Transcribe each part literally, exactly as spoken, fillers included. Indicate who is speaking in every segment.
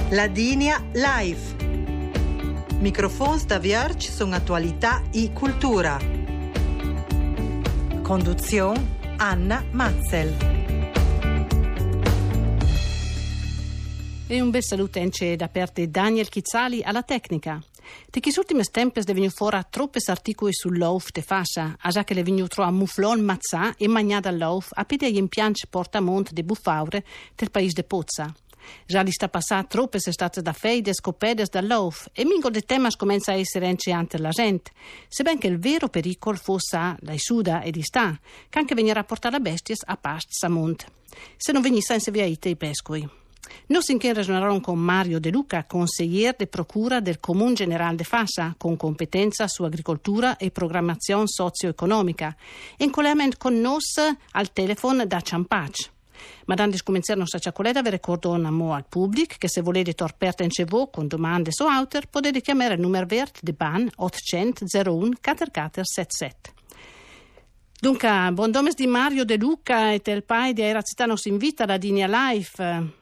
Speaker 1: Ladinia Live. Microfons da Vierge sono attualità e cultura. Conduzione Anna Mazzel.
Speaker 2: E un bel saluto anche da parte Daniel Chizzali alla tecnica. Di questi ultimi tempi è venuto fuori troppe articoli sull'Ouf de fascia, a già che le venuto trovato a Muflon Mazzà e Magnada all'Ouf a piedi in pianci Portamont de Buffaure del paese de Pozza. Già li sta passando troppe se state da feide scopede dall'Ouf e mingo de temas comincia a essere anche la gente, sebbene che il vero pericolo fosse la suda e di sta, che anche venire a portare le bestie a past Samont. Se non venisse in seviaite i pescoi. Nos in che ragionarono con Mario De Luca, consigliere de procura del Comune General de Fassa, con competenza su agricoltura e programmazione socio-economica, e in collegamento con nos al telefono da Ciampac. Madame discominciare nostra ciacoletta vi ricordo un amo al pubblico che se volete torperta in cevo con domande su autor potete chiamare il numero verde di ban ottocento zero uno quattordici settantasette. Dunque, buon domes di Mario De Luca e del pai di Aira Città nos invita alla Dinia Life.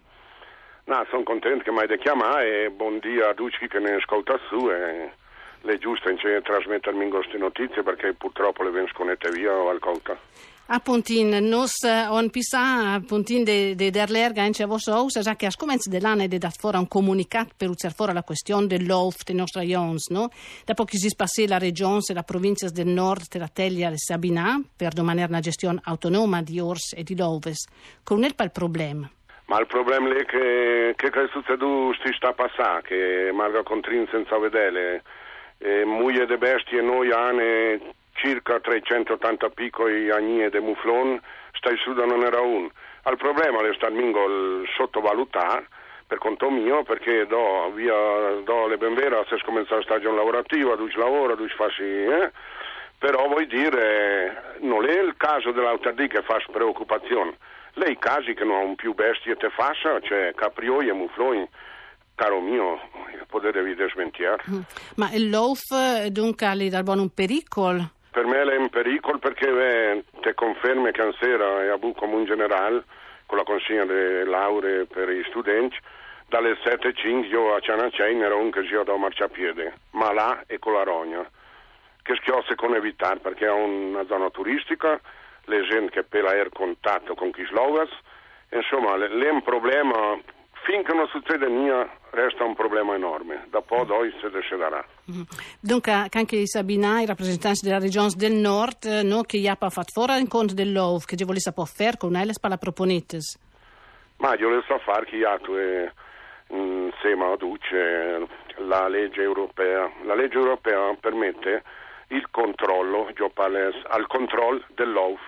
Speaker 3: No, sono contento che mi hai chiamato e buon dia a tutti che ne ascolta su e le giuste in trasmettermi queste notizie perché purtroppo le vengono sconette via o qualcosa.
Speaker 2: A Pontin, nos on pisa a Pontin de, de derlerga in cevo sous, già che a scomenzi dell'anno è dat fuori un comunicato per usare fuori la questione dell'Ouf dei nostri ions, no? Dopo che si spassi la regione e la provincia del nord della Teglia e Sabina per domanare una gestione autonoma di Ors e di Loves. Con il il problema.
Speaker 3: Ma il problema è che che è succeduto sti sta passando, che Marga Contrin senza vedere, e moglie de bestie noi hanno circa trecentottanta piccoli agnie de muflon, stai su da non era un. Al problema è stato mingo sottovalutare per conto mio, perché do via do le benvera se scomincia la stagione lavorativa, tu lavora, tu fasci, eh? Però vuoi dire non è il caso dell'autardia che fa preoccupazione. Lei casi che non hanno più bestie te fascia, cioè caprioi e mufloni, caro mio, potevi desmentire.
Speaker 2: Mm. Ma l'Ouf dunque è dal buon un pericolo?
Speaker 3: Per me è un pericolo perché eh, te confermi che sera è a Bu Comune Generale con la consegna delle lauree per gli studenti dalle sette e cinque io a Cianacen era un che io da marciapiede ma là è con la rogna che schiosse con evitare perché è una zona turistica le gente che per aver contatto con chi slogas insomma è un problema finché non succede niente resta un problema enorme dopo poi si deciderà.
Speaker 2: Mm. Dunque anche i Sabina i rappresentanti della regione del nord no, che gli ha fatto fuori in conto dell'Ouf che ci volesse fare con lei la proponete
Speaker 3: ma io le so fare che gli altri insieme a Duce la legge europea la legge europea permette il controllo io parlo al controllo dell'Ouf.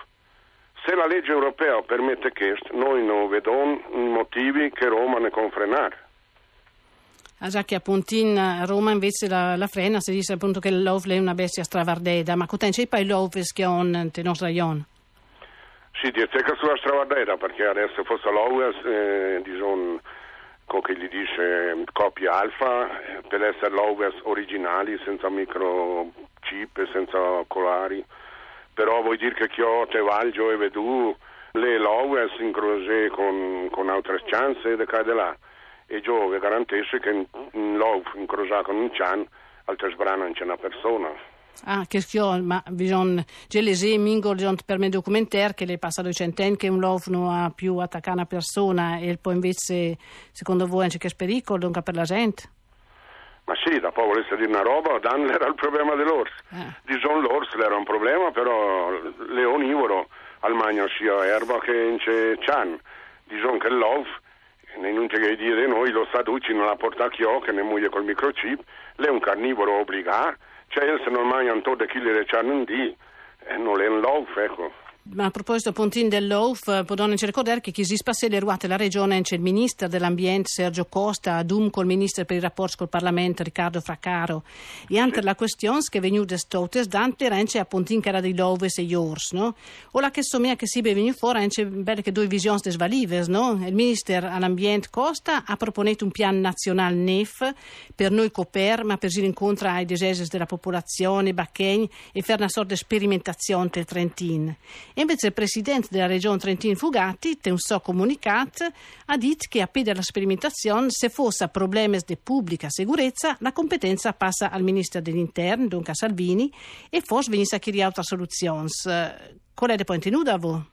Speaker 3: Se la legge europea permette questo, noi non vediamo motivi che Roma ne confrenare.
Speaker 2: Ah, già che appunto in Roma invece la, la frena, si dice appunto che l'Ouf è una bestia stravardeda, ma cosa c'è poi l'Ouf che on nel nostro rayon?
Speaker 3: Sì, dice che sulla stravardeda, perché adesso fosse l'Ouf, eh, diciamo, come che gli dice copia alfa, per essere l'Ouf originali, senza microchip, senza colari. Però vuol dire che io te valgio e vedo le Loves in croce con, con altre chance e de là e io vi garantisco che in Love in croce con un chan altre sbrana non c'è una persona.
Speaker 2: Ah, che schio, ma bisogna già l'esempio mingo per me documentaire che le passa duecento anni che un Love non ha più attaccato una persona e poi invece secondo voi c'è che pericolo dunque per la gente?
Speaker 3: Ma sì, dopo volesse dire una roba, Dan era il problema dell'orso. Eh. Diciamo l'orso era un problema, però l'eonivoro al magno sia erba che in c'è cian. Diciamo che l'ov, non c'è che dire noi, lo Saducci non la porta a chio, che ne muoie col microchip, lei è un carnivoro obbligato, cioè se non mangia un tot di chili di cian in di, e non è un l'ov, ecco.
Speaker 2: Ma a proposito Pontin dell'Ouf, potete ricordare che chi si spasse le ruate la regione c'è il ministro dell'ambiente Sergio Costa, ad un col ministro per i rapporti col Parlamento Riccardo Fraccaro e anche la questione che è venuta stotes dante rence a Pontin che era di Loves e Iors, no? O la che somia che si è venuto fuori c'è belle che due visioni desvalives, no? Il ministro all'ambiente Costa ha proposto un piano nazionale N E F per noi coper, ma per ir incontro ai desesi della popolazione, bacchegni e fare una sorta di sperimentazione del Trentin. E invece il presidente della regione Trentin Fugatti, in un suo comunicato, ha detto che appena la sperimentazione, se fosse problemi di pubblica sicurezza, la competenza passa al ministro dell'Interno, dunque a Salvini, e forse venisse a chiedere altre soluzioni. Qual è il punto in a voi?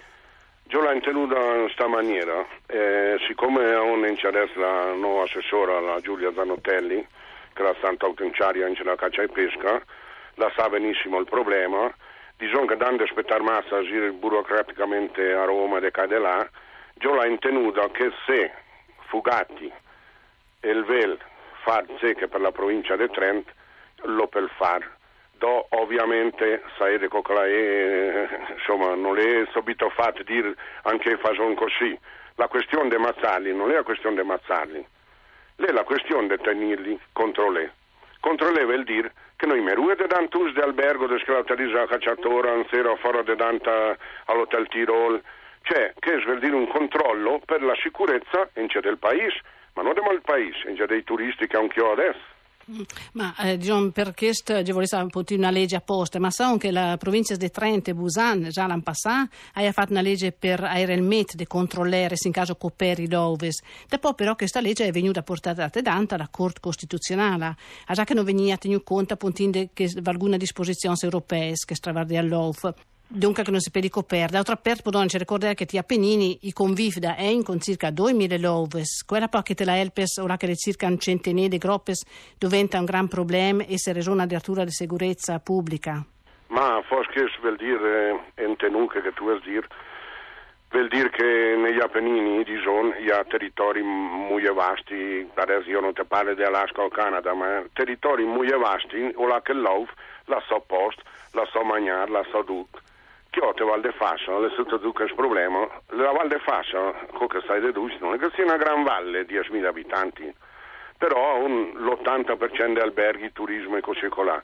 Speaker 3: Io l'ho intenuta in questa maniera, eh, siccome ho adesso la nuova assessora, la Giulia Zanotelli, che la stanta autenziaria in la caccia e pesca, la sa benissimo il problema, bisogna che dando aspettare massa agire burocraticamente a Roma e cade là, io l'ho intenuta che se Fugatti e il Vel far che per la provincia di Trento, lo per far. Do ovviamente saede cocla e insomma non è subito fatto dire anche fason così. La questione dei mazzarli non è la questione dei mazzarli, è la questione di tenerli contro lei. Contro lei vuol dire che noi meruete dantus di albergo di scalatarisa a cacciatora, un sera fuori di danta all'hotel Tirol, cioè che vuol dire un controllo per la sicurezza in c'è del paese, ma non del paese, in c'è dei turisti che anch'io adesso.
Speaker 2: Ma eh, diciamo, per questo io volevo sapere un po' una legge apposta, ma so che la provincia di Trento e Busan già l'anno passato ha fatto una legge per avere il metodo di controllare se in caso coperi l'oves. Dopo però questa legge è venuta portata da Danta alla Corte Costituzionale, a già che non veniva tenuto conto appunto di alcune disposizioni europee che stravardi all'O F. Dunque che non si può coperta. D'altra parte, podon ci ricordare che ti Appennini i convivi da ein con circa duemila loves. Quella poi che te la helpes, ora che le circa un centinaio di groppes diventa un gran problema e se ragiona addirittura di sicurezza pubblica.
Speaker 3: Ma forse vuol dire, in tenuque che tu vuoi dire, vuol dire che negli Appennini di zone hi ha territori molto vasti, adesso io non ti parlo di Alaska o Canada, ma territori molto vasti, o la che l'ov, la so post, la so mangiare, la so duc. Chiotte Val de Fassa, non è stato tutto il problema. La Val de Fassa, come che sai dedursi, non è che sia una gran valle, diecimila abitanti, però un, l'ottanta per cento di alberghi, turismo e così colà.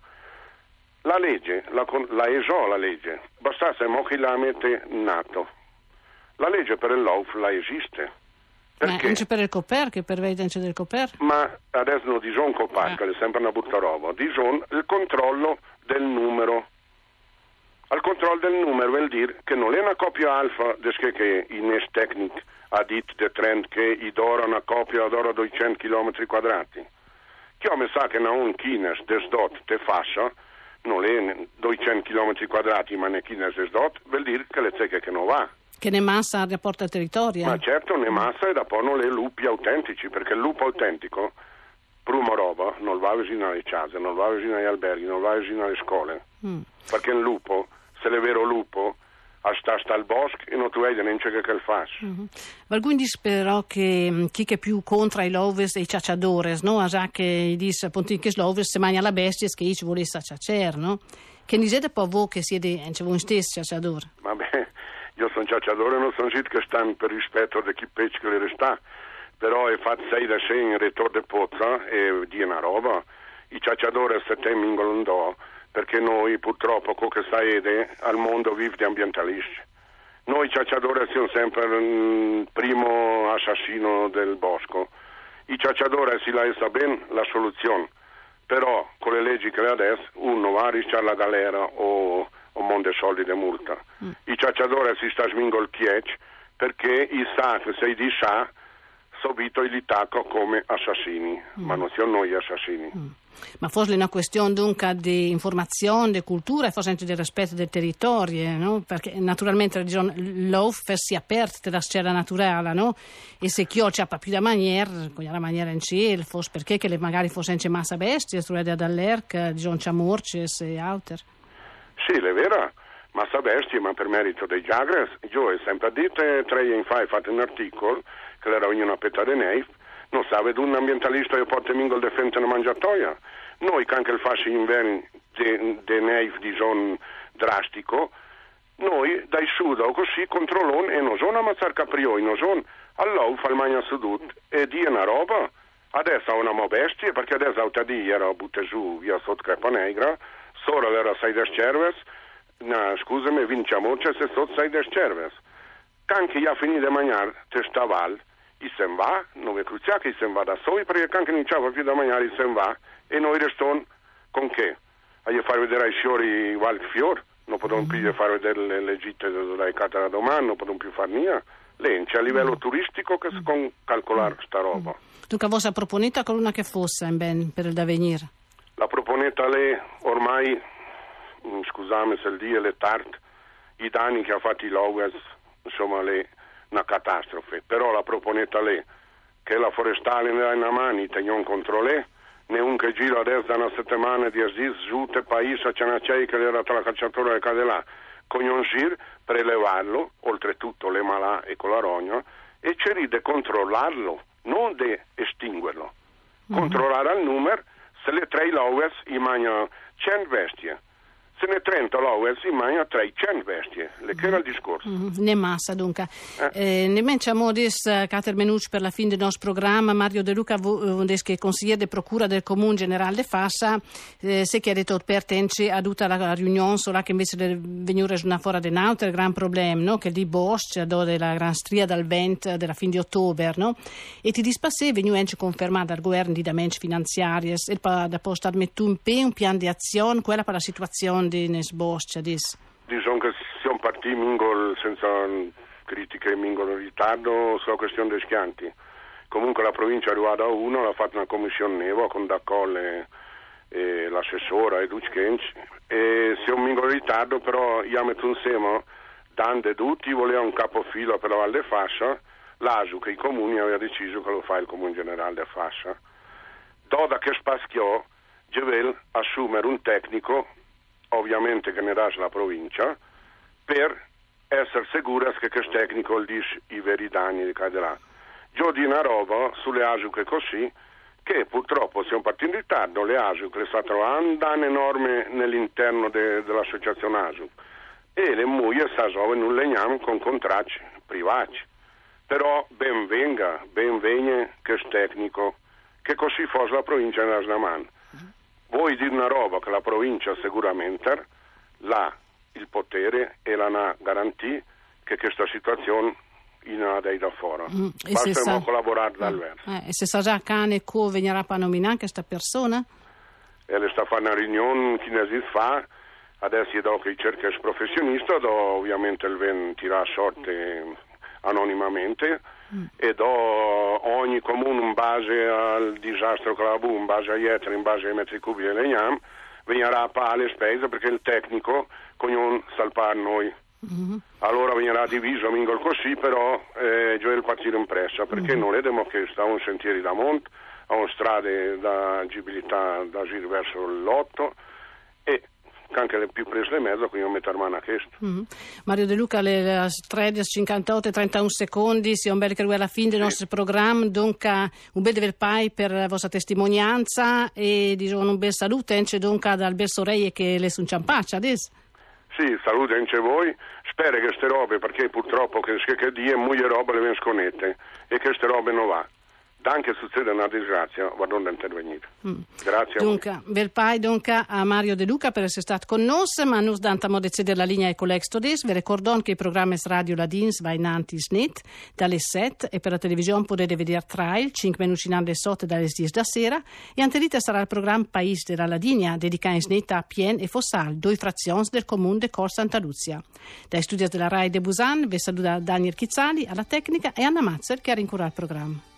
Speaker 3: La legge, la, la E S O la legge, bastasse mo che la mette nato. La legge per il L O F la esiste.
Speaker 2: Perché? Non c'è per il Coper, che per vedere c'è del Coper?
Speaker 3: Ma adesso non dison Coper, che è sempre una butta roba, dison il controllo del numero. Al controllo del numero vuol dire che non è una coppia alfa, desché che in es tecnic ha detto de trend che i dora una coppia adora duecento chilometri quadrati. Chi mi sa che non chines des dot te fascia, non è duecento chilometri quadrati, ma ne chines des dot, vuol dire che le zecche che non va.
Speaker 2: Che ne massa rapporto al territorio.
Speaker 3: Ma certo ne massa e dopo non le lupi autentici, perché il lupo autentico, prima roba, non va vicino alle case, non va vicino agli alberghi, non va vicino alle scuole. Mm. Perché il lupo, se è vero lupo, sta sta al bosco e non tu vedi neanche che il fa.
Speaker 2: Mm-hmm. Qualcuno dice però che chi che più contra i loves e i cacciadores, no? A già che dice appunto che loves se mangia la bestia che ci volesse cacciare, no? Che ne siete poi voi che siete anche voi stessi cacciadori?
Speaker 3: Vabbè, io sono cacciatore, non sono sito che stanno per rispetto di chi pesca che le resta, però è fatto sei da sei in ritorno di pozza e di una roba. I cacciatori a sette mingolo do, perché noi purtroppo, come che sapete, al mondo vive di ambientalisti. Noi cacciatori siamo sempre il primo assassino del bosco. I cacciatori si la sa bene la soluzione, però con le leggi che adesso uno va a rischiare la galera o un mondo di soldi di multa. Mm. I cacciatori si sta smingol chiec perché i sa che se di sa subito li tacco come assassini, mm. ma non siamo noi assassini.
Speaker 2: Mm. Ma forse è una questione dunque di informazione, di cultura e forse anche di rispetto del territorio, no? Perché naturalmente l'O F si è aperta della sfera naturale, no? E se chi c'è più da maniera, con la maniera in cielo, forse perché che le magari fosse anche massa bestie, trovate dall'erca, di c'è morces e altre.
Speaker 3: Sì, è vero, massa bestie, ma per merito dei Jagres, io ho sempre detto, tre anni fa ho fatto un articolo, che era una petta di neif, non sa, vedo un ambientalista che porta mingol de fente una mangiatoia. Noi, che anche il fascio inverni de neif di zon drastico, noi dai sud o così controllon e non sono ammazzare caprio, non sono all'O fa il magna sudut e di una roba. Adesso ha una mo bestie, perché adesso autadì era butte su via sotto Crepa Negra, sora era sei des cerves, no, scusami, vinciamo, c'è se sotto sei des cerves. Anche io a finire di mangiare, te staval, i se va, non è cruciale che i se va da soli, perché anche non c'è più da mangiare, i se va, e noi restiamo con che? A io far vedere ai fiori qualche fior? non possiamo più fare vedere le, le gite dai catena domani, non possiamo più fare niente. C'è a livello turistico che si può calcolare sta roba.
Speaker 2: Dunque vostra proponeta con una che fosse ben per il da venire?
Speaker 3: La proponeta lei ormai, scusami se il dia le tard, i danni che ha fatto i Lowers, insomma lei una catastrofe, però la proponeta lei che la forestale ne ha in mano, teniamo contro lei, ne un che gira adesso da una settimana di Aziz, giute, paese, c'è una c'è che era tra la cacciatura e cade là, con un gir, prelevarlo, oltretutto le malà e con la rogna, e c'è di controllarlo, non di estinguerlo. Mm-hmm. Controllare al numero, se le tre Lowers i mangiano cento bestie, se ne trenta Lowers i mangiano trecento bestie, le che era il discorso.
Speaker 2: Mm-hmm. Ne massa dunque. Eh. Eh, ne menciamo adesso quattro minuti per la fine del nostro programma. Mario De Luca, che consigliere di procura del Comune Generale de Fassa, eh, se che ha detto per tenci a tutta la riunione, solo che invece di venire una fuori di un'altra il gran problema, no? Che di Bosch, della gran stria dal vento della fine di ottobre, no? E ti dispassè veniva confermato dal governo di damage finanziari e da posto a mettere un, un piano di azione, quella per la situazione di Bosch.
Speaker 3: Diciamo che siamo partiti mingol senza critiche, mingol in ritardo sulla questione dei schianti. Comunque la provincia è arrivata a uno, ha fatto una commissione Nevo con Dacolle e l'assessora e Duckenci e siamo mingol in ritardo, però io metto insieme dando tutti voleva un capofilo per la Val de Fassa, l'A S U che i comuni aveva deciso che lo fa il Comune Generale de Fassa. Doda che spaschiò, Gevel assumere un tecnico, ovviamente che ne dà la provincia, per essere sicura che questo tecnico dice i veri danni di cadrà. Io di una roba sulle A S U che così, che purtroppo siamo partiti in ritardo, le A S U che stanno trovando un danno enorme nell'interno de, dell'associazione A S U e le muie sta sove non legniamo con contratti privati. Però ben venga, ben venga questo tecnico, che così fosse la provincia nella Snaman. Vuoi dire una roba che la provincia sicuramente ha il potere e la garantì che questa situazione in ha dai da fuori. Mm, basta sa... collaborare dal verso.
Speaker 2: Eh, e se sa già cane co venirà a nominare questa persona?
Speaker 3: E le sta facendo una riunione che ne fa, adesso è dopo che cerca il professionista, do ovviamente il ven tira a sorte anonimamente mm. e do ogni comune in base al disastro che ha avuto, in base a Ietra, in base ai metri cubi e legnam, venirà a pagare le spese perché il tecnico con non salpare noi. Mm-hmm. Allora venirà diviso mingol così, però eh, già il partito impressa perché mm-hmm. non vediamo che sta un sentieri da monte, a un strade da agibilità da giro verso l'otto e anche le più prese le mezzo, quindi non mettere mano a questo. Mm-hmm.
Speaker 2: Mario De Luca, le tredici cinquantotto e trentuno secondi, sia un bel che alla fine del sì. nostro programma, dunque un bel del pai per la vostra testimonianza e diciamo, un bel salute anche dunque dal bel sorelle che le sono ciampaccia adesso.
Speaker 3: Sì, salute anche voi, spero che queste robe, perché purtroppo che, che die moglie robe le vengono sconette e che queste robe non va. Anche succede una disgrazia, vado a intervenire. Mm. Grazie a
Speaker 2: dunque, bel pai dunque a Mario De Luca per essere stato con noi, ma noi danno a cedere la linea ai colleghi stodesi. Vi ricordo che il programma Radio Ladins va in anti-snit dalle sette e per la televisione potete vedere Trail, cinque minuti in alle sotto dalle dieci da sera e anterita sarà il programma País della Ladinia dedicato in snit a Pien e Fossal, due frazioni del comune de Cor Santa Luzia. Dai studi della RAI de Busan vi saluta Daniel Chizzali alla tecnica e Anna Mazzer che ha rincurato il programma.